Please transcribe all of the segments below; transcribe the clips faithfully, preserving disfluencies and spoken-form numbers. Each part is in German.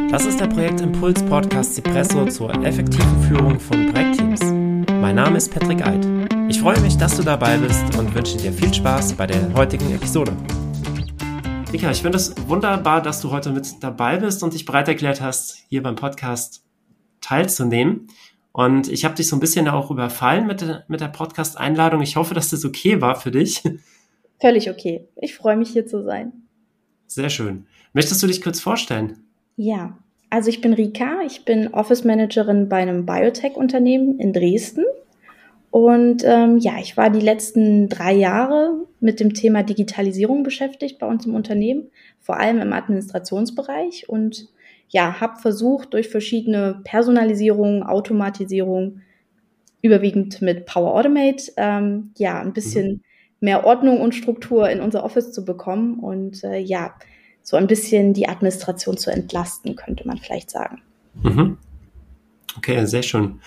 Das ist der Projektimpuls Podcast Cipresso zur effektiven Führung von Projektteams. Mein Name ist Patrick Eid. Ich freue mich, dass du dabei bist und wünsche dir viel Spaß bei der heutigen Episode. Rika, ich finde es wunderbar, dass du heute mit dabei bist und dich bereit erklärt hast, hier beim Podcast teilzunehmen. Und ich habe dich so ein bisschen auch überfallen mit der, mit der Podcast-Einladung. Ich hoffe, dass das okay war für dich. Völlig okay. Ich freue mich, hier zu sein. Sehr schön. Möchtest du dich kurz vorstellen? Ja, also ich bin Rika. Ich bin Office Managerin bei einem Biotech-Unternehmen in Dresden. Und ähm, ja, ich war die letzten drei Jahre mit dem Thema Digitalisierung beschäftigt bei uns im Unternehmen, vor allem im Administrationsbereich. Und ja, habe versucht, durch verschiedene Personalisierung, Automatisierung, überwiegend mit Power Automate, ähm, ja, ein bisschen mhm. mehr Ordnung und Struktur in unser Office zu bekommen und äh, ja, so ein bisschen die Administration zu entlasten, könnte man vielleicht sagen. Mhm. Okay, sehr schön.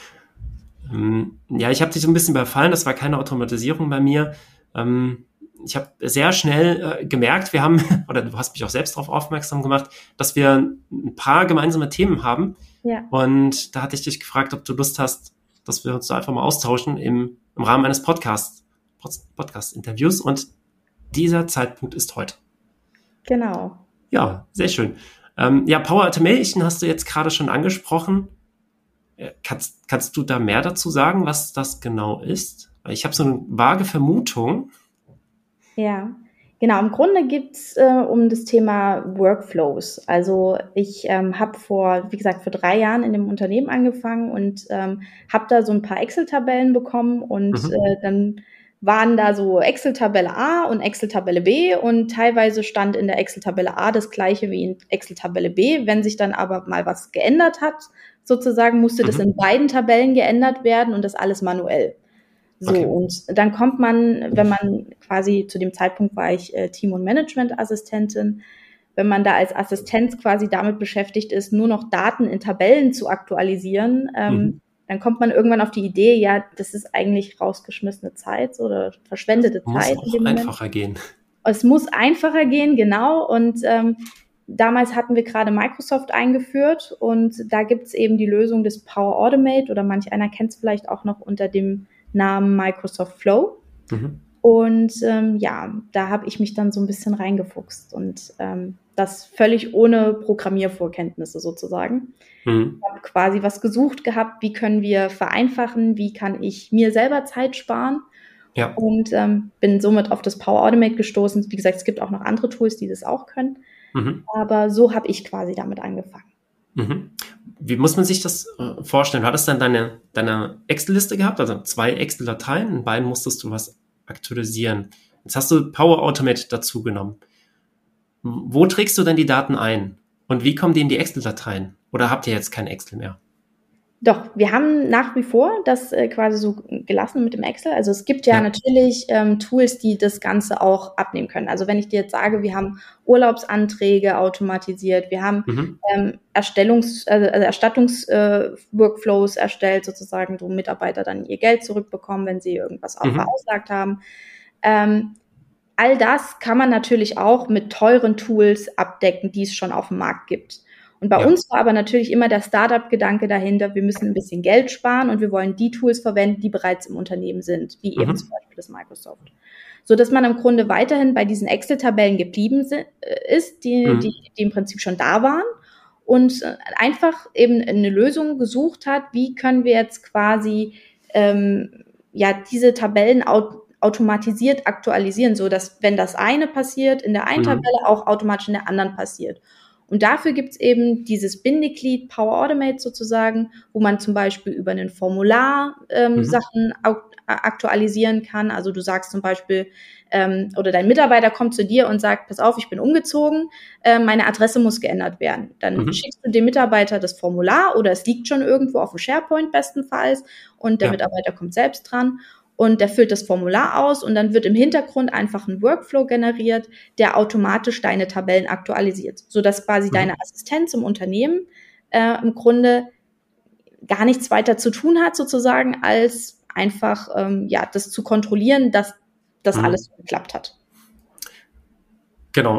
Ähm, ja, ich habe dich so ein bisschen überfallen, das war keine Automatisierung bei mir. Ähm, ich habe sehr schnell äh, gemerkt, wir haben, oder du hast mich auch selbst darauf aufmerksam gemacht, dass wir ein paar gemeinsame Themen haben. Ja. Und da hatte ich dich gefragt, ob du Lust hast, dass wir uns da einfach mal austauschen im, im Rahmen eines Podcasts, Podcast-Interviews. Und dieser Zeitpunkt ist heute. Genau. Ja, sehr schön. Ähm, ja, Power Automation hast du jetzt gerade schon angesprochen. Kannst, kannst du da mehr dazu sagen, was das genau ist? Ich habe so eine vage Vermutung. Ja, genau. Im Grunde geht's äh, um das Thema Workflows. Also ich ähm, habe vor, wie gesagt, vor drei Jahren in dem Unternehmen angefangen und ähm, habe da so ein paar Excel-Tabellen bekommen und mhm. äh, dann waren da so Excel-Tabelle A und Excel-Tabelle B und teilweise stand in der Excel-Tabelle A das gleiche wie in Excel-Tabelle B. Wenn sich dann aber mal was geändert hat, sozusagen, musste mhm. das in beiden Tabellen geändert werden und das alles manuell. So, okay. Und dann kommt man, wenn man quasi, zu dem Zeitpunkt war ich äh, Team- und Management-Assistentin, wenn man da als Assistenz quasi damit beschäftigt ist, nur noch Daten in Tabellen zu aktualisieren, ähm, mhm. dann kommt man irgendwann auf die Idee, ja, das ist eigentlich rausgeschmissene Zeit oder verschwendete muss Zeit. Muss auch einfacher gehen. Es muss einfacher gehen, genau. Und ähm, damals hatten wir gerade Microsoft eingeführt und da gibt es eben die Lösung des Power Automate oder manch einer kennt es vielleicht auch noch unter dem Namen Microsoft Flow. Mhm. Und ähm, ja, da habe ich mich dann so ein bisschen reingefuchst und ähm, das völlig ohne Programmiervorkenntnisse sozusagen. Mhm. Ich habe quasi was gesucht gehabt, wie können wir vereinfachen, wie kann ich mir selber Zeit sparen. Ja. Und ähm, bin somit auf das Power Automate gestoßen. Wie gesagt, es gibt auch noch andere Tools, die das auch können. Mhm. Aber so habe ich quasi damit angefangen. Mhm. Wie muss man sich das äh, vorstellen? War das dann deine, deine Excel-Liste gehabt? Also zwei Excel-Dateien, in beiden musstest du was aktualisieren. Jetzt hast du Power Automate dazu genommen. Wo trägst du denn die Daten ein? Und wie kommen die in die Excel-Dateien? Oder habt ihr jetzt kein Excel mehr? Doch, wir haben nach wie vor das äh, quasi so gelassen mit dem Excel. Also es gibt ja, ja. natürlich ähm, Tools, die das Ganze auch abnehmen können. Also wenn ich dir jetzt sage, wir haben Urlaubsanträge automatisiert, wir haben mhm. ähm, Erstellungs-, also Erstattungs-Workflows äh, erstellt, sozusagen, wo Mitarbeiter dann ihr Geld zurückbekommen, wenn sie irgendwas auch mhm. veranschlagt haben. Ähm, all das kann man natürlich auch mit teuren Tools abdecken, die es schon auf dem Markt gibt. Und bei ja. uns war aber natürlich immer der Startup-Gedanke dahinter, wir müssen ein bisschen Geld sparen und wir wollen die Tools verwenden, die bereits im Unternehmen sind, wie mhm. eben zum Beispiel das Microsoft. So dass man im Grunde weiterhin bei diesen Excel-Tabellen geblieben ist, die, mhm. die, die im Prinzip schon da waren und einfach eben eine Lösung gesucht hat, wie können wir jetzt quasi ähm, ja diese Tabellen aut- automatisiert aktualisieren, so dass wenn das eine passiert in der einen mhm. Tabelle, auch automatisch in der anderen passiert. Und dafür gibt's eben dieses Bindeglied Power Automate sozusagen, wo man zum Beispiel über ein Formular ähm, mhm. Sachen au- aktualisieren kann. Also du sagst zum Beispiel, ähm, oder dein Mitarbeiter kommt zu dir und sagt, pass auf, ich bin umgezogen, äh, meine Adresse muss geändert werden. Dann mhm. schickst du dem Mitarbeiter das Formular oder es liegt schon irgendwo auf dem SharePoint bestenfalls und der ja. Mitarbeiter kommt selbst dran. Und der füllt das Formular aus und dann wird im Hintergrund einfach ein Workflow generiert, der automatisch deine Tabellen aktualisiert, sodass quasi mhm. deine Assistenz im Unternehmen äh, im Grunde gar nichts weiter zu tun hat, sozusagen, als einfach ähm, ja das zu kontrollieren, dass das mhm. alles so geklappt hat. Genau.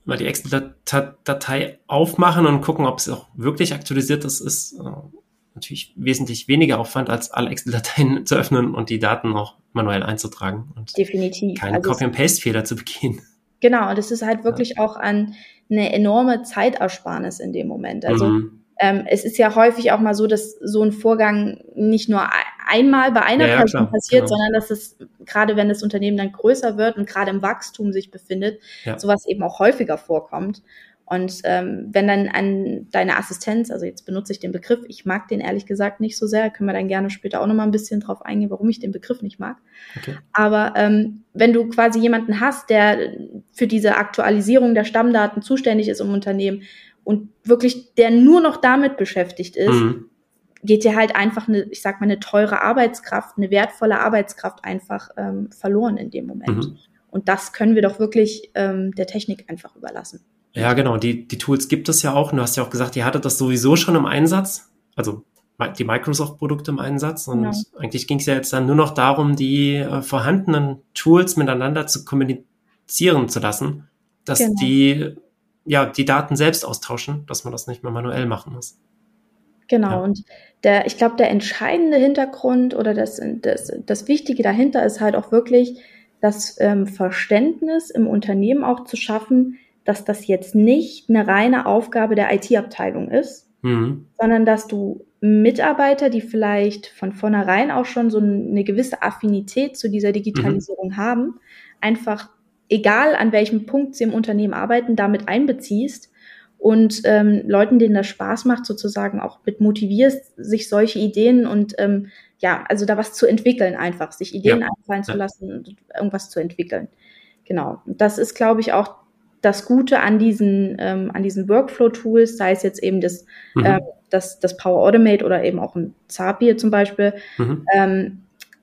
mal die Excel-Datei aufmachen und gucken, ob es auch wirklich aktualisiert ist, ist äh, natürlich wesentlich weniger Aufwand, als alle Excel-Dateien zu öffnen und die Daten auch manuell einzutragen und definitiv. keinen Also Copy-and-Paste-Fehler zu begehen. Genau, und es ist halt wirklich ja. auch an eine enorme Zeitersparnis in dem Moment. Also mhm. ähm, es ist ja häufig auch mal so, dass so ein Vorgang nicht nur einmal bei einer ja, ja, Person klar, passiert, genau. sondern dass es, gerade wenn das Unternehmen dann größer wird und gerade im Wachstum sich befindet, ja. sowas eben auch häufiger vorkommt. Und ähm, wenn dann an deine Assistenz, also jetzt benutze ich den Begriff, ich mag den ehrlich gesagt nicht so sehr, können wir dann gerne später auch nochmal ein bisschen drauf eingehen, warum ich den Begriff nicht mag. Okay. Aber ähm, wenn du quasi jemanden hast, der für diese Aktualisierung der Stammdaten zuständig ist im Unternehmen und wirklich der nur noch damit beschäftigt ist, mhm. geht dir halt einfach eine, ich sag mal, eine teure Arbeitskraft, eine wertvolle Arbeitskraft einfach ähm, verloren in dem Moment. Mhm. Und das können wir doch wirklich ähm, der Technik einfach überlassen. Ja, genau. Die, die Tools gibt es ja auch. Und du hast ja auch gesagt, ihr hattet das sowieso schon im Einsatz. Also die Microsoft-Produkte im Einsatz. Und genau. eigentlich ging es ja jetzt dann nur noch darum, die äh, vorhandenen Tools miteinander zu kommunizieren zu lassen, dass genau. die ja die Daten selbst austauschen, dass man das nicht mehr manuell machen muss. Genau. Ja. Und der, ich glaube, der entscheidende Hintergrund oder das, das, das Wichtige dahinter ist halt auch wirklich das ähm, Verständnis im Unternehmen auch zu schaffen, dass das jetzt nicht eine reine Aufgabe der I T-Abteilung ist, mhm. sondern dass du Mitarbeiter, die vielleicht von vornherein auch schon so eine gewisse Affinität zu dieser Digitalisierung mhm. haben, einfach, egal an welchem Punkt sie im Unternehmen arbeiten, damit einbeziehst und ähm, Leuten, denen das Spaß macht, sozusagen auch mit motivierst, sich solche Ideen und ähm, ja, also da was zu entwickeln einfach, sich Ideen ja. einfallen zu lassen und irgendwas zu entwickeln. Genau. Und das ist, glaube ich, auch das Gute an diesen ähm, an diesen Workflow-Tools, sei es jetzt eben das, mhm. ähm, das, das Power Automate oder eben auch ein Zapier zum Beispiel, mhm. ähm,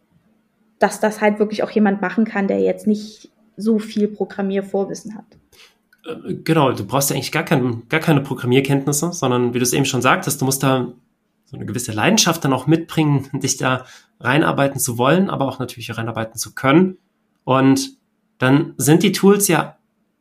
dass das halt wirklich auch jemand machen kann, der jetzt nicht so viel Programmiervorwissen hat. Genau, du brauchst ja eigentlich gar, kein, gar keine Programmierkenntnisse, sondern wie du es eben schon sagtest, du musst da so eine gewisse Leidenschaft dann auch mitbringen, dich da reinarbeiten zu wollen, aber auch natürlich reinarbeiten zu können. Und dann sind die Tools ja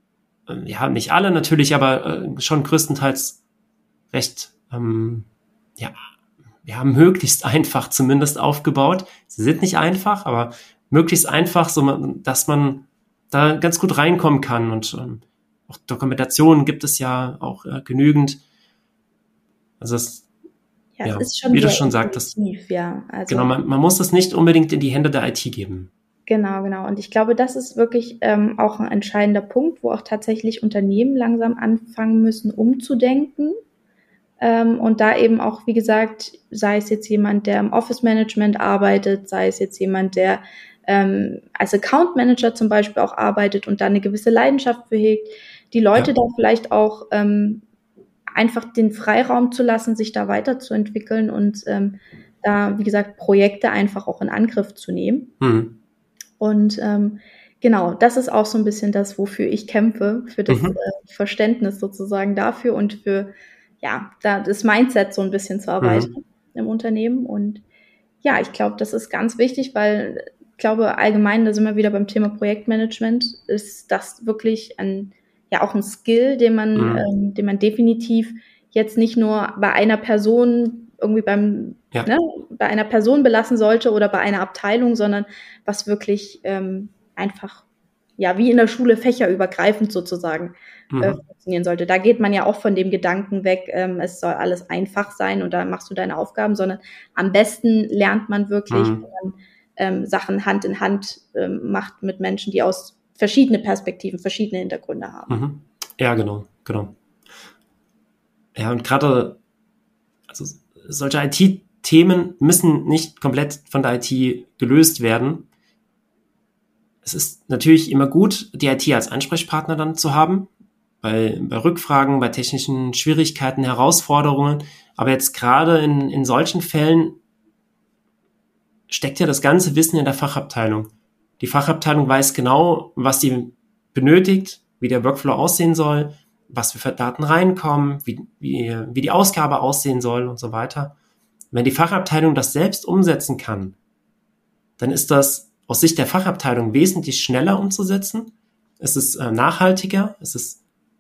ja, nicht alle natürlich, aber äh, schon größtenteils recht, ähm, ja, ja, möglichst einfach zumindest aufgebaut. Sie sind nicht einfach, aber möglichst einfach, so dass man da ganz gut reinkommen kann. Und ähm, auch Dokumentationen gibt es ja auch äh, genügend. Also das, ja, ja, es ist schon wie du schon sagtest, ja. Also, genau, man, man muss das nicht unbedingt in die Hände der I T geben. Genau, genau. Und ich glaube, das ist wirklich ähm, auch ein entscheidender Punkt, wo auch tatsächlich Unternehmen langsam anfangen müssen, umzudenken. Ähm, und da eben auch, wie gesagt, sei es jetzt jemand, der im Office-Management arbeitet, sei es jetzt jemand, der ähm, als Account-Manager zum Beispiel auch arbeitet und da eine gewisse Leidenschaft für hegt, die Leute ja. da vielleicht auch ähm, einfach den Freiraum zu lassen, sich da weiterzuentwickeln und ähm, da, wie gesagt, Projekte einfach auch in Angriff zu nehmen. Mhm. Und ähm, genau, das ist auch so ein bisschen das, wofür ich kämpfe, für das mhm. äh, Verständnis sozusagen dafür und für ja da das Mindset so ein bisschen zu erweitern mhm. im Unternehmen. Und ja, ich glaube, das ist ganz wichtig, weil ich glaube allgemein, da sind wir wieder beim Thema Projektmanagement, ist das wirklich ein ja auch ein Skill, den man, mhm. ähm, den man definitiv jetzt nicht nur bei einer Person irgendwie beim ja. ne, bei einer Person belassen sollte oder bei einer Abteilung, sondern was wirklich ähm, einfach, ja, wie in der Schule fächerübergreifend sozusagen mhm. äh, funktionieren sollte. Da geht man ja auch von dem Gedanken weg, ähm, es soll alles einfach sein und da machst du deine Aufgaben, sondern am besten lernt man wirklich, mhm. wenn man ähm, Sachen Hand in Hand ähm, macht mit Menschen, die aus verschiedene Perspektiven, verschiedene Hintergründe haben. Mhm. Ja, genau, genau. Ja, und gerade also solche I T-Themen müssen nicht komplett von der I T gelöst werden. Es ist natürlich immer gut, die I T als Ansprechpartner dann zu haben, bei, bei Rückfragen, bei technischen Schwierigkeiten, Herausforderungen. Aber jetzt gerade in, in solchen Fällen steckt ja das ganze Wissen in der Fachabteilung. Die Fachabteilung weiß genau, was sie benötigt, wie der Workflow aussehen soll, was für Daten reinkommen, wie, wie, wie die Ausgabe aussehen soll und so weiter. Wenn die Fachabteilung das selbst umsetzen kann, dann ist das aus Sicht der Fachabteilung wesentlich schneller umzusetzen. Es ist äh, nachhaltiger, es ist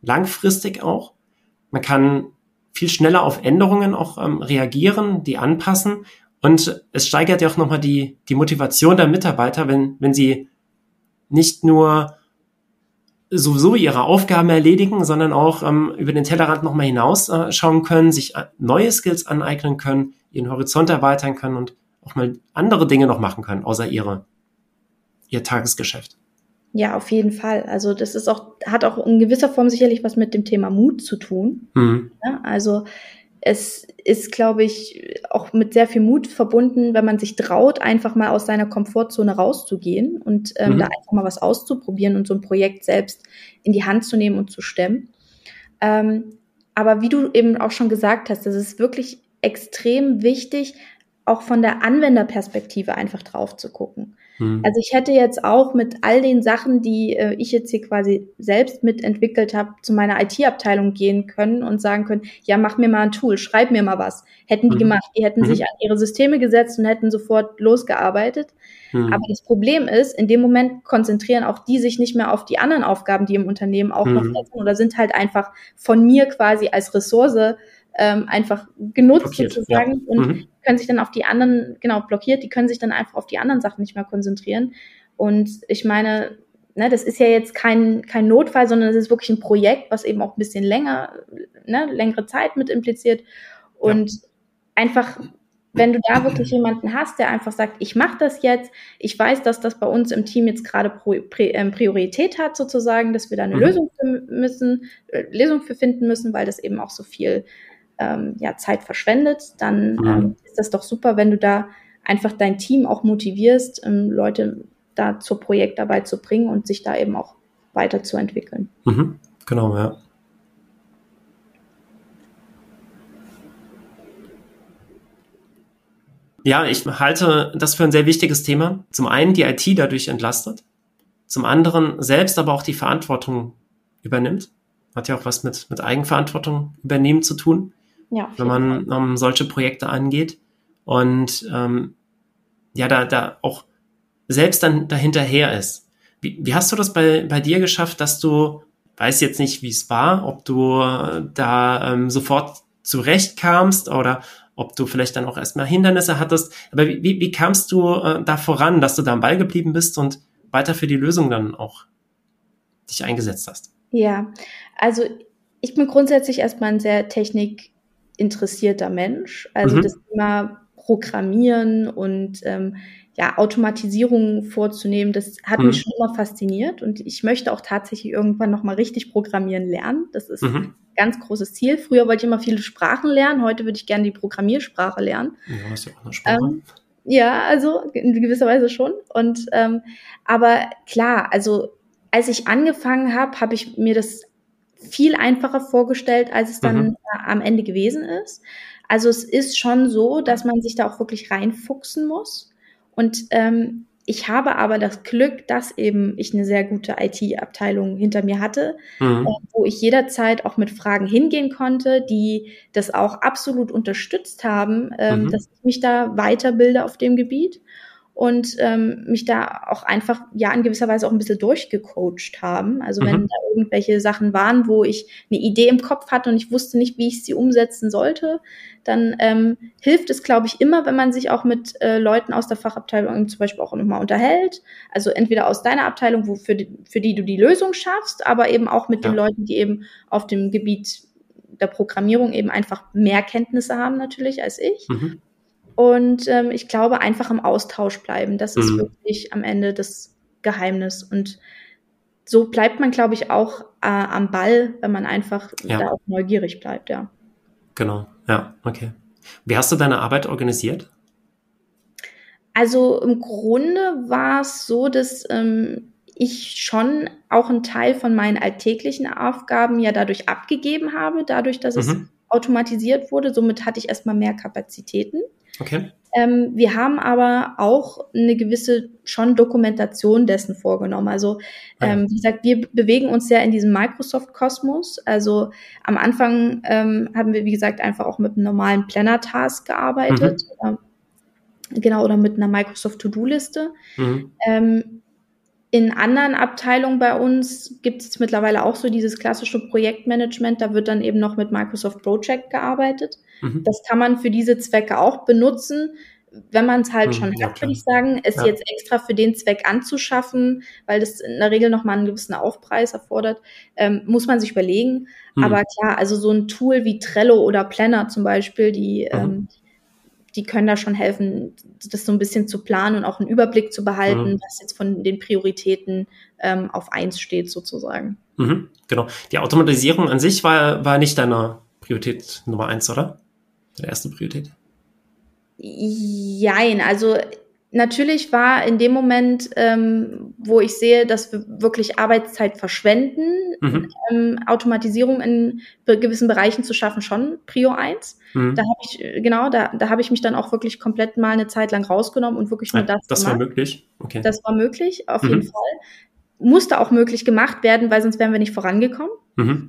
langfristig auch. Man kann viel schneller auf Änderungen auch ähm, reagieren, die anpassen. Und es steigert ja auch nochmal die, die Motivation der Mitarbeiter, wenn, wenn sie nicht nur sowieso ihre Aufgaben erledigen, sondern auch ähm, über den Tellerrand nochmal hinaus äh, schauen können, sich neue Skills aneignen können, ihren Horizont erweitern können und auch mal andere Dinge noch machen können, außer ihre, ihr Tagesgeschäft. Ja, auf jeden Fall. Also das ist auch, hat auch in gewisser Form sicherlich was mit dem Thema Mut zu tun. Mhm. Ja, also es ist, glaube ich, auch mit sehr viel Mut verbunden, wenn man sich traut, einfach mal aus seiner Komfortzone rauszugehen und ähm, mhm. da einfach mal was auszuprobieren und so ein Projekt selbst in die Hand zu nehmen und zu stemmen. Ähm, aber wie du eben auch schon gesagt hast, das ist wirklich extrem wichtig, auch von der Anwenderperspektive einfach drauf zu gucken. Hm. Also ich hätte jetzt auch mit all den Sachen, die äh, ich jetzt hier quasi selbst mitentwickelt habe, zu meiner I T-Abteilung gehen können und sagen können, ja, mach mir mal ein Tool, schreib mir mal was. Hätten die hm. gemacht, die hätten hm. sich an ihre Systeme gesetzt und hätten sofort losgearbeitet. Hm. Aber das Problem ist, in dem Moment konzentrieren auch die sich nicht mehr auf die anderen Aufgaben, die im Unternehmen auch hm. noch setzen oder sind halt einfach von mir quasi als Ressource ähm, einfach genutzt blockiert, sozusagen ja. und mhm. können sich dann auf die anderen, genau, blockiert, die können sich dann einfach auf die anderen Sachen nicht mehr konzentrieren. Und ich meine, ne, das ist ja jetzt kein, kein Notfall, sondern es ist wirklich ein Projekt, was eben auch ein bisschen länger, ne, längere Zeit mit impliziert. Und ja. einfach, wenn du da wirklich jemanden hast, der einfach sagt, ich mache das jetzt, ich weiß, dass das bei uns im Team jetzt gerade Priorität hat sozusagen, dass wir da eine mhm. Lösung für müssen, äh, Lösung für finden müssen, weil das eben auch so viel ähm, ja, Zeit verschwendet, dann mhm. ähm, ist das doch super, wenn du da einfach dein Team auch motivierst, ähm, Leute da zur Projektarbeit zu bringen und sich da eben auch weiterzuentwickeln. Mhm. Genau, ja. Ja, ich halte das für ein sehr wichtiges Thema. Zum einen die I T dadurch entlastet, zum anderen selbst aber auch die Verantwortung übernimmt. Hat ja auch was mit, mit Eigenverantwortung übernehmen zu tun, ja, wenn man um, solche Projekte angeht. Und ähm, ja, da, da auch selbst dann dahinterher ist. Wie, wie hast du das bei, bei dir geschafft, dass du, weiß jetzt nicht, wie es war, ob du da ähm, sofort zurechtkamst oder ob du vielleicht dann auch erstmal Hindernisse hattest. Aber wie, wie, wie kamst du äh, da voran, dass du da am Ball geblieben bist und weiter für die Lösung dann auch dich eingesetzt hast? Ja, also ich bin grundsätzlich erstmal ein sehr technikinteressierter Mensch. Also mhm. das Thema Programmieren und ähm, ja, Automatisierung vorzunehmen, das hat mhm. mich schon immer fasziniert und ich möchte auch tatsächlich irgendwann nochmal richtig programmieren lernen. Das ist mhm. ein ganz großes Ziel. Früher wollte ich immer viele Sprachen lernen, heute würde ich gerne die Programmiersprache lernen. Ja, ist ja auch eine Sprache. Ähm, ja, also in gewisser Weise schon. Und ähm, aber klar, also als ich angefangen habe, habe ich mir das viel einfacher vorgestellt, als es dann mhm. äh, am Ende gewesen ist. Also es ist schon so, dass man sich da auch wirklich reinfuchsen muss. Und ähm, ich habe aber das Glück, dass eben ich eine sehr gute I T-Abteilung hinter mir hatte, mhm. äh, wo ich jederzeit auch mit Fragen hingehen konnte, die das auch absolut unterstützt haben, ähm, mhm. dass ich mich da weiterbilde auf dem Gebiet und ähm, mich da auch einfach, ja, in gewisser Weise auch ein bisschen durchgecoacht haben. Also mhm. wenn da irgendwelche Sachen waren, wo ich eine Idee im Kopf hatte und ich wusste nicht, wie ich sie umsetzen sollte, dann ähm, hilft es, glaube ich, immer, wenn man sich auch mit äh, Leuten aus der Fachabteilung zum Beispiel auch nochmal unterhält. Also entweder aus deiner Abteilung, wo für die, für die du die Lösung schaffst, aber eben auch mit ja. den Leuten, die eben auf dem Gebiet der Programmierung eben einfach mehr Kenntnisse haben natürlich als ich. Mhm. Und ähm, ich glaube, einfach im Austausch bleiben, das ist mhm. wirklich am Ende das Geheimnis. Und so bleibt man, glaube ich, auch äh, am Ball, wenn man einfach ja. da auch neugierig bleibt, ja. Genau, ja, okay. Wie hast du deine Arbeit organisiert? Also im Grunde war es so, dass ähm, ich schon auch einen Teil von meinen alltäglichen Aufgaben ja dadurch abgegeben habe, dadurch, dass mhm. es automatisiert wurde. Somit hatte ich erstmal mehr Kapazitäten. Okay. Ähm, wir haben aber auch eine gewisse schon Dokumentation dessen vorgenommen. Also ähm, ja. wie gesagt, wir bewegen uns ja in diesem Microsoft-Kosmos. Also am Anfang ähm, haben wir, wie gesagt, einfach auch mit einem normalen Planner-Task gearbeitet. Mhm. Oder, genau, oder mit einer Microsoft-To-Do-Liste. Mhm. Ähm, In anderen Abteilungen bei uns gibt es mittlerweile auch so dieses klassische Projektmanagement. Da wird dann eben noch mit Microsoft Project gearbeitet. Mhm. Das kann man für diese Zwecke auch benutzen. Wenn man es halt mhm, schon ja, hat, würde ich sagen, es ja. jetzt extra für den Zweck anzuschaffen, weil das in der Regel nochmal einen gewissen Aufpreis erfordert, ähm, muss man sich überlegen. Mhm. Aber klar, also so ein Tool wie Trello oder Planner zum Beispiel, die mhm. ähm, die können da schon helfen, das so ein bisschen zu planen und auch einen Überblick zu behalten, mhm. was jetzt von den Prioritäten ähm, auf eins steht sozusagen. Mhm, genau. Die Automatisierung an sich war, war nicht deine Priorität Nummer eins, oder? Deine erste Priorität? Jein, also natürlich war in dem Moment, ähm, wo ich sehe, dass wir wirklich Arbeitszeit verschwenden, mhm. ähm, Automatisierung in be- gewissen Bereichen zu schaffen, schon Prio eins. Mhm. Da habe ich, genau, da, da habe ich mich dann auch wirklich komplett mal eine Zeit lang rausgenommen und wirklich nur ja, das Das gemacht. war möglich? Okay. Das war möglich, auf mhm. jeden Fall. Musste auch möglich gemacht werden, weil sonst wären wir nicht vorangekommen. Mhm.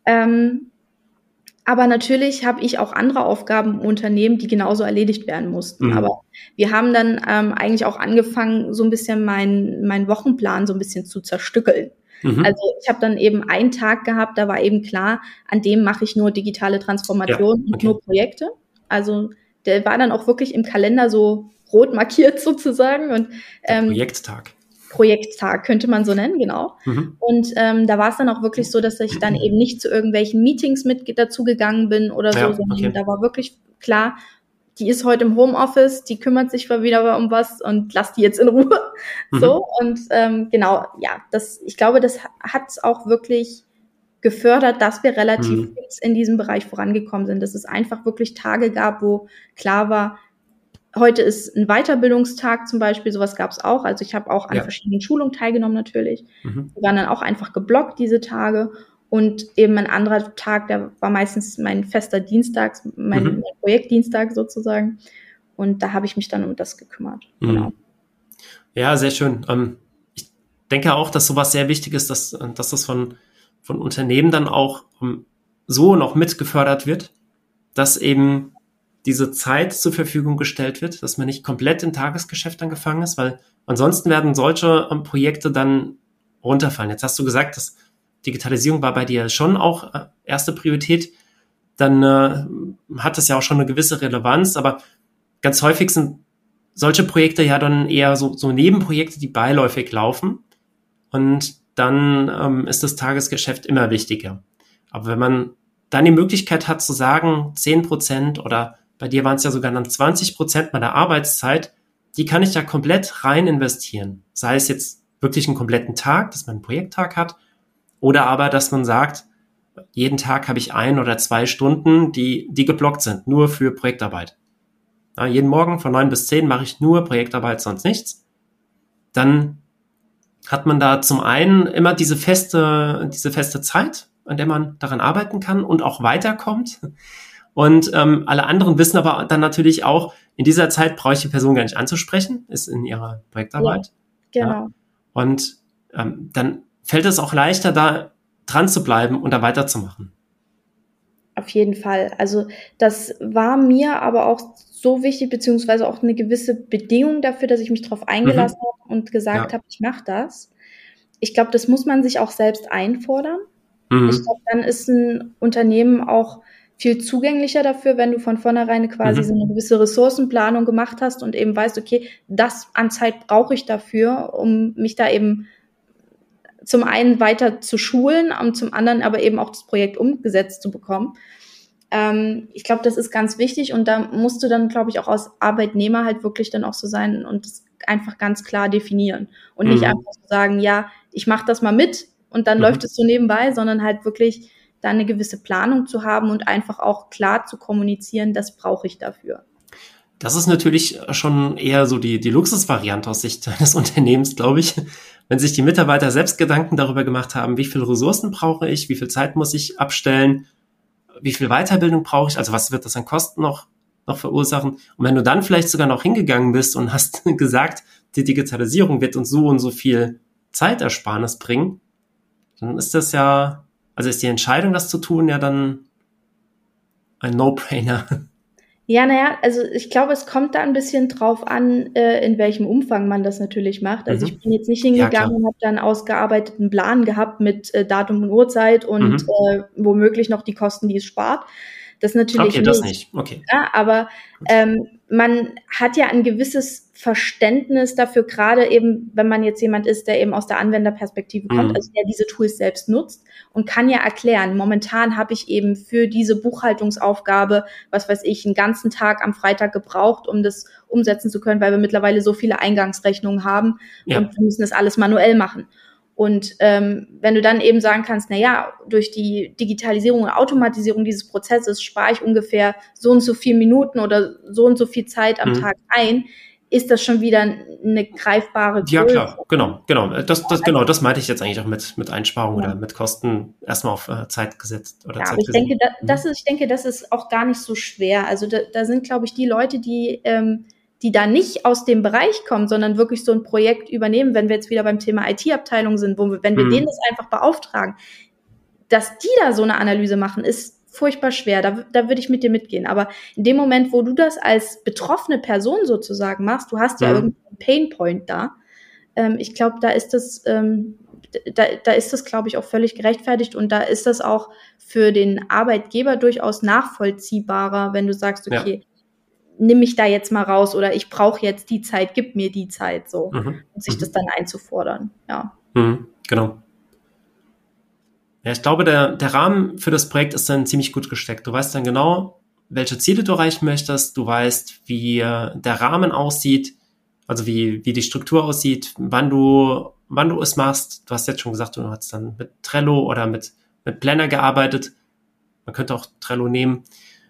Ähm, Aber natürlich habe ich auch andere Aufgaben im Unternehmen, die genauso erledigt werden mussten. Mhm. Aber wir haben dann ähm, eigentlich auch angefangen, so ein bisschen meinen mein Wochenplan so ein bisschen zu zerstückeln. Mhm. Also ich habe dann eben einen Tag gehabt, da war eben klar, an dem mache ich nur digitale Transformation ja, okay. und nur Projekte. Also der war dann auch wirklich im Kalender so rot markiert sozusagen. Und ähm, Projekttag. Projekttag, könnte man so nennen, genau. Mhm. Und ähm, da war es dann auch wirklich so, dass ich dann eben nicht zu irgendwelchen Meetings mit dazu gegangen bin oder so, ja, sondern okay. da war wirklich klar, die ist heute im Homeoffice, die kümmert sich mal wieder um was und lass die jetzt in Ruhe. Mhm. So, und ähm, genau, ja, das, ich glaube, das hat es auch wirklich gefördert, dass wir relativ mhm. fix in diesem Bereich vorangekommen sind, dass es einfach wirklich Tage gab, wo klar war, heute ist ein Weiterbildungstag zum Beispiel, sowas gab es auch. Also ich habe auch an ja. verschiedenen Schulungen teilgenommen natürlich. Mhm. Die waren dann auch einfach geblockt, diese Tage. Und eben ein anderer Tag, der war meistens mein fester Dienstag, mein, mhm. mein Projektdienstag sozusagen. Und da habe ich mich dann um das gekümmert. Mhm. Genau. Ja, sehr schön. Ähm, ich denke auch, dass sowas sehr wichtig ist, dass, dass das von, von Unternehmen dann auch um, so noch mitgefördert wird, dass eben diese Zeit zur Verfügung gestellt wird, dass man nicht komplett im Tagesgeschäft dann gefangen ist, weil ansonsten werden solche ähm, Projekte dann runterfallen. Jetzt hast du gesagt, dass Digitalisierung war bei dir schon auch äh, erste Priorität, dann äh, hat das ja auch schon eine gewisse Relevanz, aber ganz häufig sind solche Projekte ja dann eher so, so Nebenprojekte, die beiläufig laufen und dann ähm, ist das Tagesgeschäft immer wichtiger. Aber wenn man dann die Möglichkeit hat zu sagen, zehn Prozent oder bei dir waren es ja sogar dann zwanzig Prozent meiner Arbeitszeit, die kann ich ja komplett rein investieren. Sei es jetzt wirklich einen kompletten Tag, dass man einen Projekttag hat, oder aber, dass man sagt, jeden Tag habe ich ein oder zwei Stunden, die, die geblockt sind, nur für Projektarbeit. Ja, jeden Morgen von neun bis zehn mache ich nur Projektarbeit, sonst nichts. Dann hat man da zum einen immer diese feste, diese feste Zeit, an der man daran arbeiten kann und auch weiterkommt. Und ähm, alle anderen wissen aber dann natürlich auch, in dieser Zeit brauche ich die Person gar nicht anzusprechen, ist in ihrer Projektarbeit. Ja, genau. Ja. Und ähm, dann fällt es auch leichter, da dran zu bleiben und da weiterzumachen. Auf jeden Fall. Also das war mir aber auch so wichtig, beziehungsweise auch eine gewisse Bedingung dafür, dass ich mich darauf eingelassen mhm. habe und gesagt ja. habe, ich mache das. Ich glaube, das muss man sich auch selbst einfordern. Mhm. Ich glaube, dann ist ein Unternehmen auch viel zugänglicher dafür, wenn du von vornherein quasi mhm. so eine gewisse Ressourcenplanung gemacht hast und eben weißt, okay, das an Zeit brauche ich dafür, um mich da eben zum einen weiter zu schulen und zum anderen aber eben auch das Projekt umgesetzt zu bekommen. Ähm, ich glaube, das ist ganz wichtig und da musst du dann, glaube ich, auch als Arbeitnehmer halt wirklich dann auch so sein und das einfach ganz klar definieren und mhm. nicht einfach so sagen, ja, ich mache das mal mit und dann mhm. läuft es so nebenbei, sondern halt wirklich da eine gewisse Planung zu haben und einfach auch klar zu kommunizieren, das brauche ich dafür. Das ist natürlich schon eher so die, die Luxusvariante aus Sicht eines Unternehmens, glaube ich. Wenn sich die Mitarbeiter selbst Gedanken darüber gemacht haben, wie viele Ressourcen brauche ich, wie viel Zeit muss ich abstellen, wie viel Weiterbildung brauche ich, also was wird das an Kosten noch, noch verursachen. Und wenn du dann vielleicht sogar noch hingegangen bist und hast gesagt, die Digitalisierung wird uns so und so viel Zeitersparnis bringen, dann ist das ja, also ist die Entscheidung, das zu tun, ja dann ein No-Brainer. Ja, naja, also ich glaube, es kommt da ein bisschen drauf an, äh, in welchem Umfang man das natürlich macht. Also Mhm. ich bin jetzt nicht Ja, hingegangen klar. und habe da einen ausgearbeiteten Plan gehabt mit äh, Datum und Uhrzeit und Mhm. äh, womöglich noch die Kosten, die es spart. Das natürlich Okay, das nicht. nicht. Okay. Ja, aber Gut. ähm, man hat ja ein gewisses Verständnis dafür, gerade eben, wenn man jetzt jemand ist, der eben aus der Anwenderperspektive kommt, Mhm. also der diese Tools selbst nutzt und kann ja erklären, momentan habe ich eben für diese Buchhaltungsaufgabe, was weiß ich, einen ganzen Tag am Freitag gebraucht, um das umsetzen zu können, weil wir mittlerweile so viele Eingangsrechnungen haben Ja. und wir müssen das alles manuell machen. Und ähm, wenn du dann eben sagen kannst, na ja, durch die Digitalisierung und Automatisierung dieses Prozesses spare ich ungefähr so und so viel Minuten oder so und so viel Zeit am Mhm. Tag ein, ist das schon wieder eine greifbare Ja, Größe. klar, genau, genau. Das, das, genau, das meinte ich jetzt eigentlich auch mit, mit Einsparung Ja. oder mit Kosten erstmal auf äh, Zeit gesetzt oder Ja, Zeit aber ich gesehen. denke, da, Mhm. das ist, ich denke, das ist auch gar nicht so schwer. Also da, da sind, glaube ich, die Leute, die, ähm, die da nicht aus dem Bereich kommen, sondern wirklich so ein Projekt übernehmen, wenn wir jetzt wieder beim Thema I T-Abteilung sind, wo wir, wenn wir Mhm. denen das einfach beauftragen, dass die da so eine Analyse machen, ist furchtbar schwer. Da, da würde ich mit dir mitgehen. Aber in dem Moment, wo du das als betroffene Person sozusagen machst, du hast ja Mhm. irgendeinen Painpoint da. Ähm, ich glaube, da ist das, ähm, da, da ist das, glaube ich, auch völlig gerechtfertigt und da ist das auch für den Arbeitgeber durchaus nachvollziehbarer, wenn du sagst, Ja. okay, nimm mich da jetzt mal raus oder ich brauche jetzt die Zeit, gib mir die Zeit, so, Mhm. und sich Mhm. das dann einzufordern, ja. Mhm. Genau. Ja, ich glaube, der, der Rahmen für das Projekt ist dann ziemlich gut gesteckt. Du weißt dann genau, welche Ziele du erreichen möchtest. Du weißt, wie äh, der Rahmen aussieht, also wie, wie die Struktur aussieht, wann du, wann du es machst. Du hast jetzt schon gesagt, du hast dann mit Trello oder mit, mit Planner gearbeitet. Man könnte auch Trello nehmen.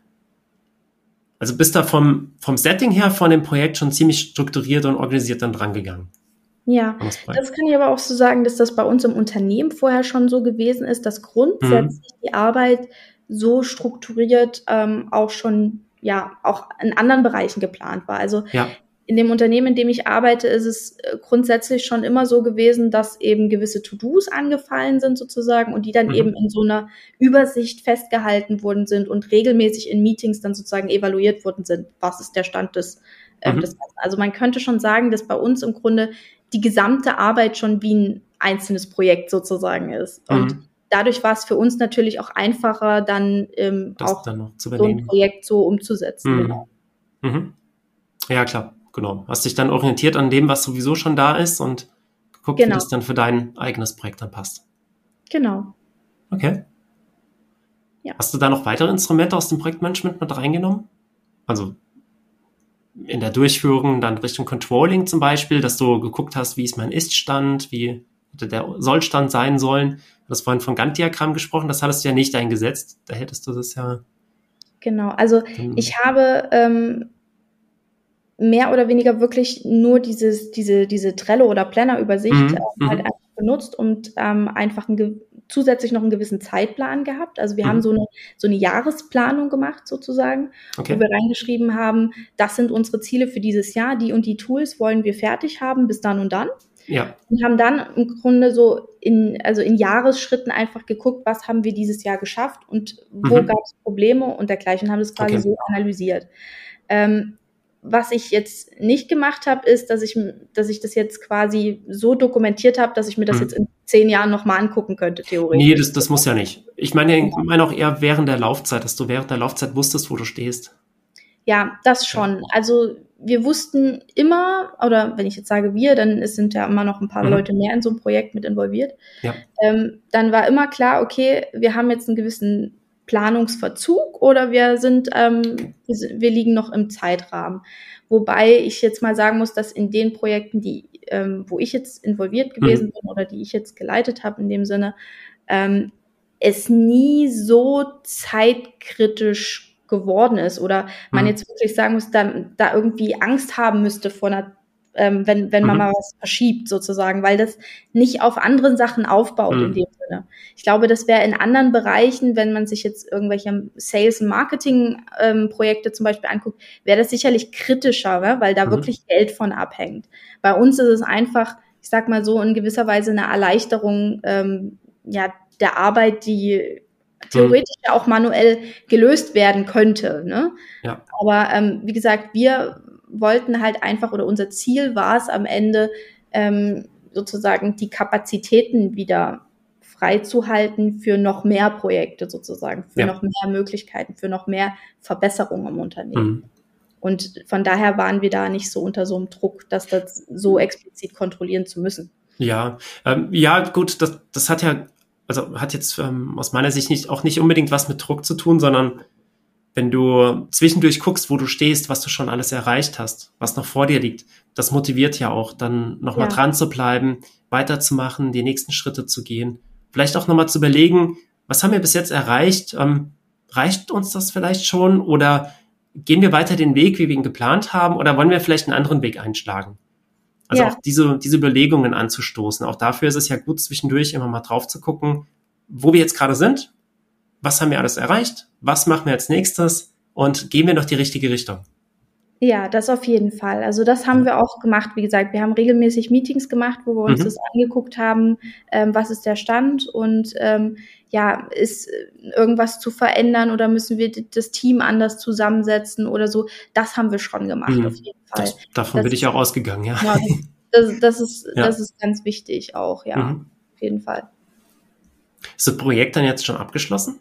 Also bist da vom, vom Setting her von dem Projekt schon ziemlich strukturiert und organisiert dann dran gegangen. Ja, an das Projekt. das kann ich aber auch so sagen, dass das bei uns im Unternehmen vorher schon so gewesen ist, dass grundsätzlich Mhm. die Arbeit so strukturiert ähm, auch schon, ja, auch in anderen Bereichen geplant war. Also Ja. in dem Unternehmen, in dem ich arbeite, ist es äh, grundsätzlich schon immer so gewesen, dass eben gewisse To-Dos angefallen sind sozusagen und die dann Mhm. eben in so einer Übersicht festgehalten worden sind und regelmäßig in Meetings dann sozusagen evaluiert worden sind. Was ist der Stand des, ähm, Mhm. des Ganzen? Also man könnte schon sagen, dass bei uns im Grunde die gesamte Arbeit schon wie ein einzelnes Projekt sozusagen ist. Und Mhm. dadurch war es für uns natürlich auch einfacher, dann ähm, Das auch dann noch zu so ein übernehmen. Projekt so umzusetzen. Mhm. Genau. Mhm. Ja, klar, genau. Hast dich dann orientiert an dem, was sowieso schon da ist und geguckt, wie Genau. das dann für dein eigenes Projekt dann passt. Genau. Okay. Ja. Hast du da noch weitere Instrumente aus dem Projektmanagement mit reingenommen? Also in der Durchführung dann Richtung Controlling zum Beispiel, dass du geguckt hast, wie ist mein Ist-Stand, wie hätte der Soll-Stand sein sollen. Du hast vorhin vom Gantt-Diagramm gesprochen, das hattest du ja nicht eingesetzt. Da hättest du das ja... Genau, also dann, ich habe ähm, mehr oder weniger wirklich nur dieses, diese, diese Trello- oder Planner-Übersicht Mhm. ähm, halt Mhm. einfach benutzt und ähm, einfach einen, zusätzlich noch einen gewissen Zeitplan gehabt. Also wir Mhm. haben so eine, so eine Jahresplanung gemacht sozusagen, Okay. wo wir reingeschrieben haben, das sind unsere Ziele für dieses Jahr, die und die Tools wollen wir fertig haben bis dann und dann. Ja. Und haben dann im Grunde so in, also in Jahresschritten einfach geguckt, was haben wir dieses Jahr geschafft und wo Mhm. gab es Probleme und dergleichen, haben das quasi Okay. so analysiert. Ähm, was ich jetzt nicht gemacht habe, ist, dass ich, dass ich das jetzt quasi so dokumentiert habe, dass ich mir das Mhm. jetzt in zehn Jahren nochmal angucken könnte, theoretisch. Nee, das, das muss ja nicht. Ich meine, ich meine auch eher während der Laufzeit, dass du während der Laufzeit wusstest, wo du stehst. Ja, das schon. Also wir wussten immer, oder wenn ich jetzt sage wir, dann es sind ja immer noch ein paar Mhm. Leute mehr in so einem Projekt mit involviert. Ja. Ähm, dann war immer klar, okay, wir haben jetzt einen gewissen Planungsverzug oder wir sind, ähm, wir, sind wir liegen noch im Zeitrahmen. Wobei ich jetzt mal sagen muss, dass in den Projekten, die, ähm, wo ich jetzt involviert gewesen Mhm. bin oder die ich jetzt geleitet habe in dem Sinne, ähm, es nie so zeitkritisch geworden ist oder man Mhm. jetzt wirklich sagen muss, da, da irgendwie Angst haben müsste vor einer, ähm, wenn, wenn man Mhm. mal was verschiebt sozusagen, weil das nicht auf anderen Sachen aufbaut Mhm. in dem Sinne. Ich glaube, das wäre in anderen Bereichen, wenn man sich jetzt irgendwelche Sales- und Marketing-Projekte ähm, zum Beispiel anguckt, wäre das sicherlich kritischer, ne? Weil da Mhm. wirklich Geld von abhängt. Bei uns ist es einfach, ich sag mal so, in gewisser Weise eine Erleichterung ähm, ja, der Arbeit, die theoretisch mhm. ja auch manuell gelöst werden könnte. Ne? Ja. Aber ähm, wie gesagt, wir wollten halt einfach, oder unser Ziel war es am Ende, ähm, sozusagen die Kapazitäten wieder freizuhalten für noch mehr Projekte sozusagen, für ja. noch mehr Möglichkeiten, für noch mehr Verbesserungen im Unternehmen. Mhm. Und von daher waren wir da nicht so unter so einem Druck, dass das so explizit kontrollieren zu müssen. Ja, ähm, ja, gut, das, das hat ja, also hat jetzt ähm, aus meiner Sicht nicht, auch nicht unbedingt was mit Druck zu tun, sondern wenn du zwischendurch guckst, wo du stehst, was du schon alles erreicht hast, was noch vor dir liegt, das motiviert ja auch, dann nochmal ja. dran zu bleiben, weiterzumachen, die nächsten Schritte zu gehen. Vielleicht auch nochmal zu überlegen, was haben wir bis jetzt erreicht? Ähm, reicht uns das vielleicht schon? Oder gehen wir weiter den Weg, wie wir ihn geplant haben? Oder wollen wir vielleicht einen anderen Weg einschlagen? Also ja. auch diese, diese Überlegungen anzustoßen. Auch dafür ist es ja gut, zwischendurch immer mal drauf zu gucken, wo wir jetzt gerade sind. Was haben wir alles erreicht? Was machen wir als nächstes? Und gehen wir noch die richtige Richtung? Ja, das auf jeden Fall. Also das haben wir auch gemacht. Wie gesagt, wir haben regelmäßig Meetings gemacht, wo wir uns mhm. das angeguckt haben, ähm, was ist der Stand und ähm, ja, ist irgendwas zu verändern oder müssen wir das Team anders zusammensetzen oder so. Das haben wir schon gemacht, mhm. auf jeden Fall. Das, davon das bin ich auch ausgegangen, ja. ja das, das, ist, ja. das ist ganz wichtig auch, ja, mhm. auf jeden Fall. Ist das Projekt dann jetzt schon abgeschlossen?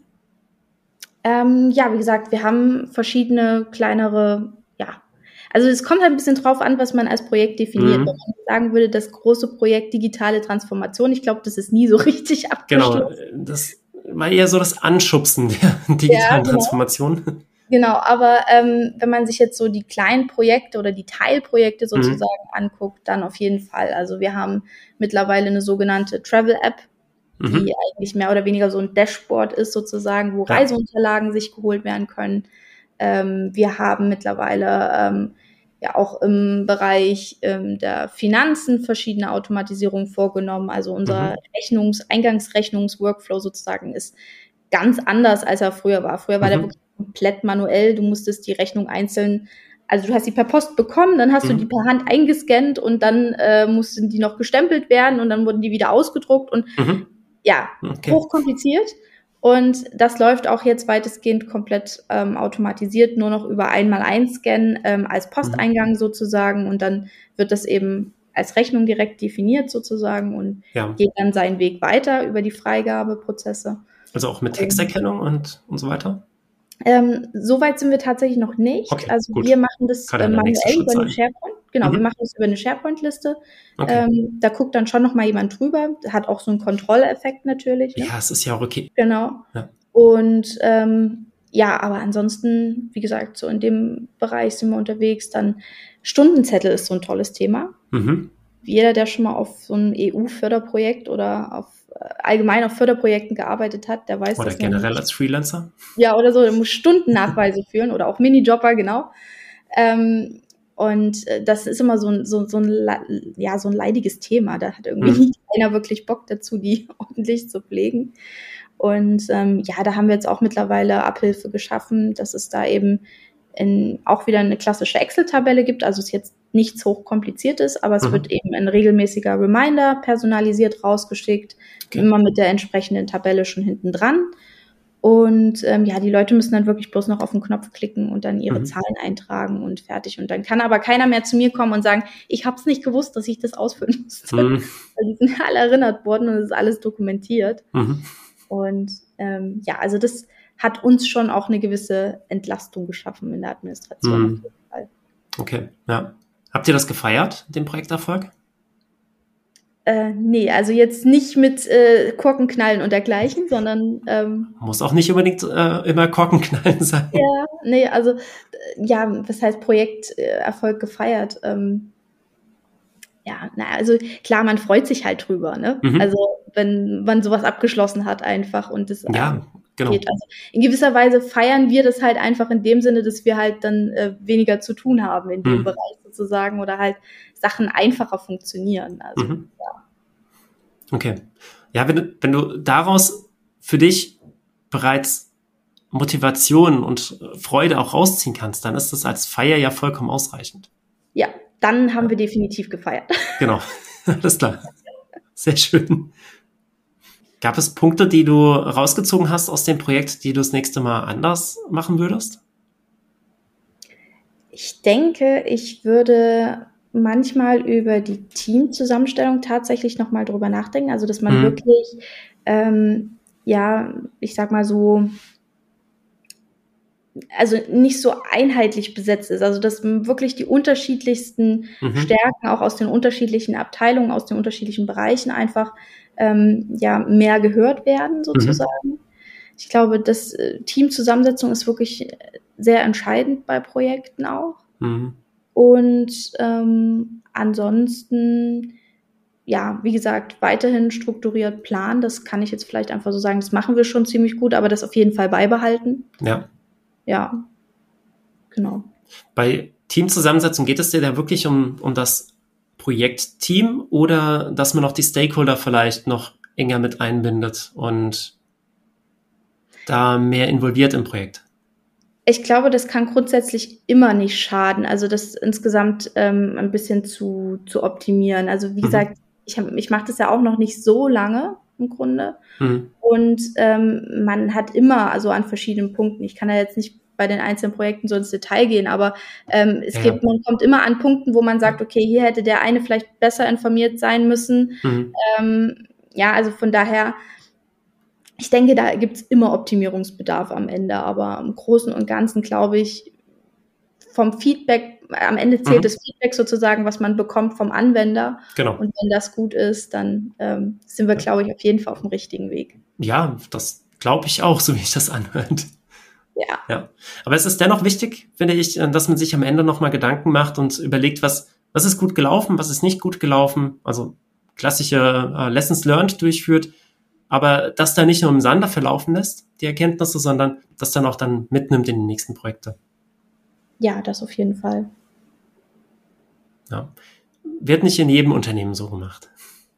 Ähm, ja, wie gesagt, wir haben verschiedene kleinere, ja, also es kommt halt ein bisschen drauf an, was man als Projekt definiert. Mhm. Wenn man sagen würde, das große Projekt digitale Transformation, ich glaube, das ist nie so richtig abgeschlossen. Genau, das war eher so das Anschubsen der digitalen ja, genau. Transformation. Genau, aber ähm, wenn man sich jetzt so die kleinen Projekte oder die Teilprojekte sozusagen mhm. anguckt, dann auf jeden Fall. Also wir haben mittlerweile eine sogenannte Travel-App, die mhm. eigentlich mehr oder weniger so ein Dashboard ist sozusagen, wo ja. Reiseunterlagen sich geholt werden können. Ähm, wir haben mittlerweile ähm, ja auch im Bereich ähm, der Finanzen verschiedene Automatisierungen vorgenommen. Also unser mhm. Rechnungs-, Eingangsrechnungs-Workflow sozusagen ist ganz anders, als er früher war. Früher war mhm. der wirklich komplett manuell. Du musstest die Rechnung einzeln, also du hast die per Post bekommen, dann hast mhm. du die per Hand eingescannt und dann äh, mussten die noch gestempelt werden und dann wurden die wieder ausgedruckt und mhm. ja, okay. hochkompliziert. Und das läuft auch jetzt weitestgehend komplett ähm, automatisiert, nur noch über Einmal-Eins-Scan ähm, als Posteingang mhm. sozusagen. Und dann wird das eben als Rechnung direkt definiert sozusagen und ja. geht dann seinen Weg weiter über die Freigabeprozesse. Also auch mit Texterkennung und, und so weiter? Ähm, Soweit sind wir tatsächlich noch nicht. Okay, also gut. wir machen das Kann äh, manuell über eine sein. SharePoint. Genau, mhm. wir machen das über eine SharePoint-Liste. Okay. Ähm, da guckt dann schon noch mal jemand drüber. Hat auch so einen Kontrolleffekt natürlich. Ne? Ja, es ist ja auch okay. Genau. Ja. Und ähm, ja, aber ansonsten, wie gesagt, so in dem Bereich sind wir unterwegs. Dann Stundenzettel ist so ein tolles Thema. Mhm. Jeder, der schon mal auf so ein E U-Förderprojekt oder auf allgemein auf Förderprojekten gearbeitet hat, der weiß, oder dass generell muss, als Freelancer. Ja, oder so, der muss Stundennachweise führen oder auch Minijobber, genau. Ähm, und das ist immer so ein, so, so, ein, ja, so ein leidiges Thema. Da hat irgendwie mhm. nicht einer wirklich Bock dazu, die ordentlich zu pflegen. Und ähm, ja, da haben wir jetzt auch mittlerweile Abhilfe geschaffen, dass es da eben in, auch wieder eine klassische Excel-Tabelle gibt. Also es ist jetzt nichts hochkompliziertes, aber es mhm. wird eben ein regelmäßiger Reminder personalisiert rausgeschickt, okay. immer mit der entsprechenden Tabelle schon hinten dran. Und ähm, ja, die Leute müssen dann wirklich bloß noch auf den Knopf klicken und dann ihre mhm. Zahlen eintragen und fertig. Und dann kann aber keiner mehr zu mir kommen und sagen, ich habe es nicht gewusst, dass ich das ausfüllen musste. Mhm. Weil die sind alle erinnert worden und es ist alles dokumentiert. Mhm. Und ähm, ja, also das hat uns schon auch eine gewisse Entlastung geschaffen in der Administration. Mhm. Auf jeden Fall. Okay, ja. Habt ihr das gefeiert, den Projekterfolg? Äh, nee, also jetzt nicht mit äh, Korkenknallen und dergleichen, sondern ähm, muss auch nicht unbedingt äh, immer Korkenknallen sein. Ja, nee, also äh, ja, was heißt Projekterfolg gefeiert? Ähm, ja, na, also klar, man freut sich halt drüber, ne? Mhm. Also wenn man sowas abgeschlossen hat einfach und das ja, ähm, genau. geht. Also in gewisser Weise feiern wir das halt einfach in dem Sinne, dass wir halt dann äh, weniger zu tun haben in dem mhm. Bereich sozusagen oder halt Sachen einfacher funktionieren. Also mhm. ja. Okay. Ja, wenn du, wenn du daraus für dich bereits Motivation und Freude auch rausziehen kannst, dann ist das als Feier ja vollkommen ausreichend. Ja, dann haben ja. wir definitiv gefeiert. Genau, alles klar. Sehr schön. Gab es Punkte, die du rausgezogen hast aus dem Projekt, die du das nächste Mal anders machen würdest? Ich denke, ich würde manchmal über die Teamzusammenstellung tatsächlich nochmal drüber nachdenken. Also, dass man mhm. wirklich, ähm, ja, ich sag mal so, also nicht so einheitlich besetzt ist. Also, dass wirklich die unterschiedlichsten mhm. Stärken auch aus den unterschiedlichen Abteilungen, aus den unterschiedlichen Bereichen einfach ähm, ja mehr gehört werden, sozusagen. Mhm. Ich glaube, dass äh, Teamzusammensetzung ist wirklich sehr entscheidend bei Projekten auch. Mhm. Und ähm, ansonsten, ja, wie gesagt, weiterhin strukturiert planen. Das kann ich jetzt vielleicht einfach so sagen, das machen wir schon ziemlich gut, aber das auf jeden Fall beibehalten. Ja. Ja, genau. Bei Teamzusammensetzung geht es dir da wirklich um, um das Projektteam oder dass man auch die Stakeholder vielleicht noch enger mit einbindet und da mehr involviert im Projekt? Ich glaube, das kann grundsätzlich immer nicht schaden, also das insgesamt ähm, ein bisschen zu, zu optimieren. Also wie mhm. gesagt, ich, hab, ich mache das ja auch noch nicht so lange im Grunde. Mhm. Und ähm, man hat immer, also an verschiedenen Punkten, ich kann da jetzt nicht bei den einzelnen Projekten so ins Detail gehen, aber ähm, es ja. gibt, man kommt immer an Punkten, wo man sagt, okay, hier hätte der eine vielleicht besser informiert sein müssen. Mhm. Ähm, ja, also von daher, ich denke, da gibt's immer Optimierungsbedarf am Ende, aber im Großen und Ganzen glaube ich, vom Feedback, am Ende zählt mhm. das Feedback sozusagen, was man bekommt vom Anwender. Genau. Und wenn das gut ist, dann ähm, sind wir, glaube ich, auf jeden Fall auf dem richtigen Weg. Ja, das glaube ich auch, so wie ich das anhört. Ja. ja. Aber es ist dennoch wichtig, finde ich, dass man sich am Ende nochmal Gedanken macht und überlegt, was, was ist gut gelaufen, was ist nicht gut gelaufen. Also klassische äh, Lessons learned durchführt. Aber das da nicht nur im Sande verlaufen lässt, die Erkenntnisse, sondern das dann auch dann mitnimmt in die nächsten Projekte. Ja, das auf jeden Fall. Ja. Wird nicht in jedem Unternehmen so gemacht.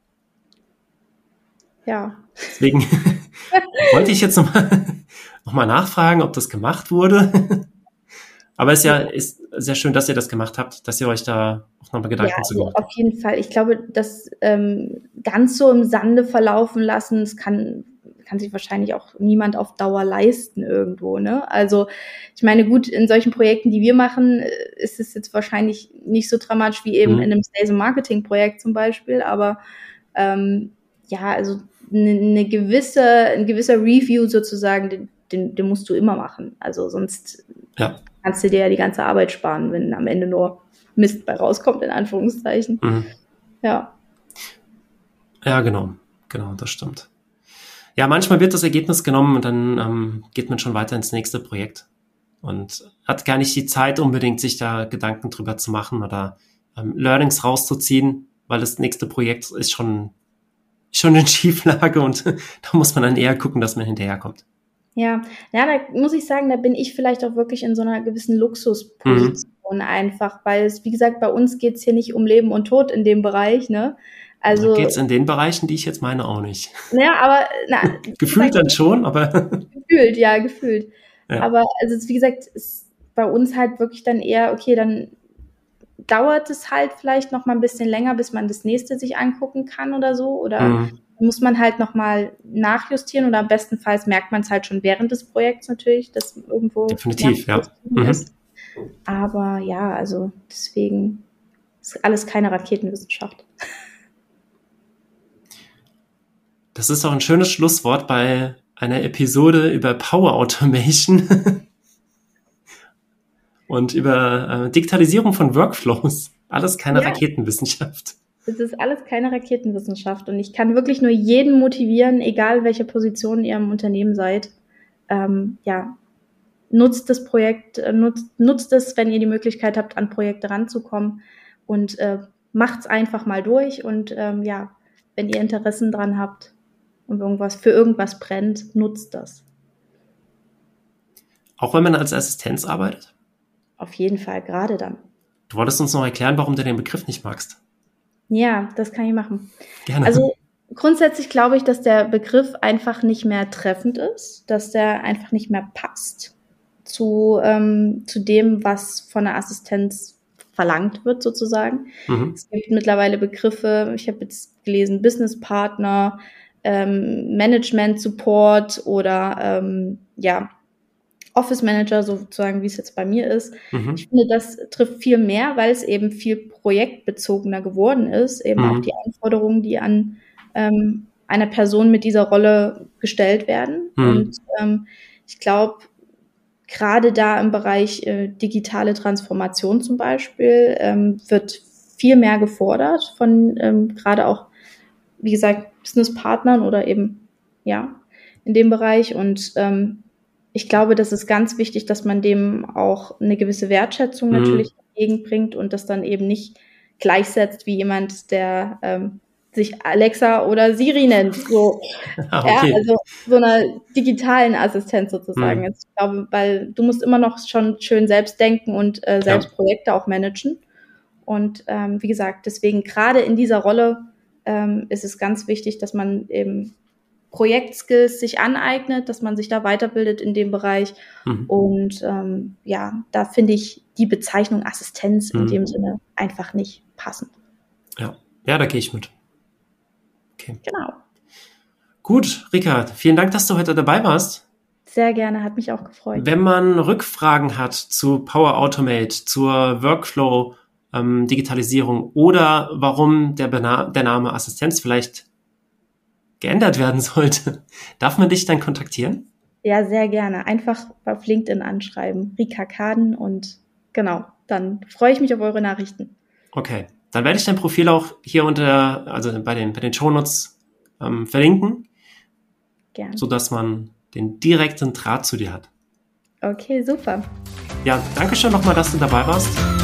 Ja. Deswegen wollte ich jetzt nochmal noch mal nachfragen, ob das gemacht wurde. Aber es ist ja ist sehr schön, dass ihr das gemacht habt, dass ihr euch da auch nochmal Gedanken ja, zu gemacht habt. Auf jeden Fall. Ich glaube, das ähm, ganz so im Sande verlaufen lassen, das kann, kann sich wahrscheinlich auch niemand auf Dauer leisten irgendwo, ne? Also ich meine, gut, in solchen Projekten, die wir machen, ist es jetzt wahrscheinlich nicht so dramatisch wie eben mhm. in einem Sales- und Marketing-Projekt zum Beispiel, aber ähm, ja, also eine, eine gewisse, ein gewisser Review sozusagen, den, den, den musst du immer machen. Also sonst ja. kannst du dir ja die ganze Arbeit sparen, wenn am Ende nur Mist bei rauskommt, in Anführungszeichen. Mhm. Ja. Ja, genau. Genau, das stimmt. Ja, manchmal wird das Ergebnis genommen und dann ähm, geht man schon weiter ins nächste Projekt und hat gar nicht die Zeit unbedingt, sich da Gedanken drüber zu machen oder ähm, Learnings rauszuziehen, weil das nächste Projekt ist schon schon in Schieflage und da muss man dann eher gucken, dass man hinterherkommt. Ja, ja, da muss ich sagen, da bin ich vielleicht auch wirklich in so einer gewissen Luxusposition mhm. einfach, weil es, wie gesagt, bei uns geht's hier nicht um Leben und Tod in dem Bereich, ne? Also geht's in den Bereichen, die ich jetzt meine, auch nicht. Ja, aber na, gefühlt dann schon, aber gefühlt, ja, gefühlt. Ja. Aber also wie gesagt, ist bei uns halt wirklich dann eher, okay, dann dauert es halt vielleicht noch mal ein bisschen länger, bis man das nächste sich angucken kann oder so, oder mhm. muss man halt noch mal nachjustieren oder am bestenfalls merkt man es halt schon während des Projekts natürlich, dass irgendwo definitiv, ja. ist. Mhm. Aber ja, also deswegen ist alles keine Raketenwissenschaft. Das ist auch ein schönes Schlusswort bei einer Episode über Power Automation und über äh, Digitalisierung von Workflows. Alles keine ja. Raketenwissenschaft. Es ist alles keine Raketenwissenschaft und ich kann wirklich nur jeden motivieren, egal welche Position ihr im Unternehmen seid. Ähm, ja, nutzt das Projekt, äh, nutzt, nutzt es, wenn ihr die Möglichkeit habt, an Projekte ranzukommen und äh, macht's einfach mal durch und ähm, ja, wenn ihr Interessen dran habt und irgendwas für irgendwas brennt, nutzt das. Auch wenn man als Assistenz arbeitet? Auf jeden Fall, gerade dann. Du wolltest uns noch erklären, warum du den Begriff nicht magst. Ja, das kann ich machen. Gerne. Also grundsätzlich glaube ich, dass der Begriff einfach nicht mehr treffend ist, dass der einfach nicht mehr passt zu, ähm, zu dem, was von der Assistenz verlangt wird sozusagen. Mhm. Es gibt mittlerweile Begriffe, ich habe jetzt gelesen, Businesspartner, ähm, Management Support oder ähm, ja, Office Manager sozusagen, wie es jetzt bei mir ist. Mhm. Ich finde, das trifft viel mehr, weil es eben viel projektbezogener geworden ist, eben mhm. auch die Anforderungen, die an ähm, einer Person mit dieser Rolle gestellt werden. Mhm. Und ähm, ich glaube, gerade da im Bereich äh, digitale Transformation zum Beispiel ähm, wird viel mehr gefordert von ähm, gerade auch, wie gesagt, Businesspartnern oder eben, ja, in dem Bereich. Und ähm, ich glaube, das ist ganz wichtig, dass man dem auch eine gewisse Wertschätzung mhm. natürlich entgegenbringt und das dann eben nicht gleichsetzt wie jemand, der ähm, sich Alexa oder Siri nennt. So, ah, okay. Ja, also so einer digitalen Assistenz sozusagen. Mhm. Jetzt, ich glaube, weil du musst immer noch schon schön selbst denken und äh, selbst ja. Projekte auch managen. Und ähm, wie gesagt, deswegen gerade in dieser Rolle ähm, ist es ganz wichtig, dass man eben Projektskills sich aneignet, dass man sich da weiterbildet in dem Bereich. Mhm. Und ähm, ja, da finde ich die Bezeichnung Assistenz mhm. in dem Sinne einfach nicht passend. Ja, ja, da gehe ich mit. Okay. Genau. Gut, Rika, vielen Dank, dass du heute dabei warst. Sehr gerne, hat mich auch gefreut. Wenn man Rückfragen hat zu Power Automate, zur Workflow ähm, Digitalisierung oder warum der, Bena- der Name Assistenz vielleicht geändert werden sollte, darf man dich dann kontaktieren? Ja, sehr gerne. Einfach auf LinkedIn anschreiben, Rika Kaden, und genau, dann freue ich mich auf eure Nachrichten. Okay, dann werde ich dein Profil auch hier unter, also bei den, bei den Shownotes ähm, verlinken, gerne, sodass man den direkten Draht zu dir hat. Okay, super. Ja, danke schön nochmal, dass du dabei warst.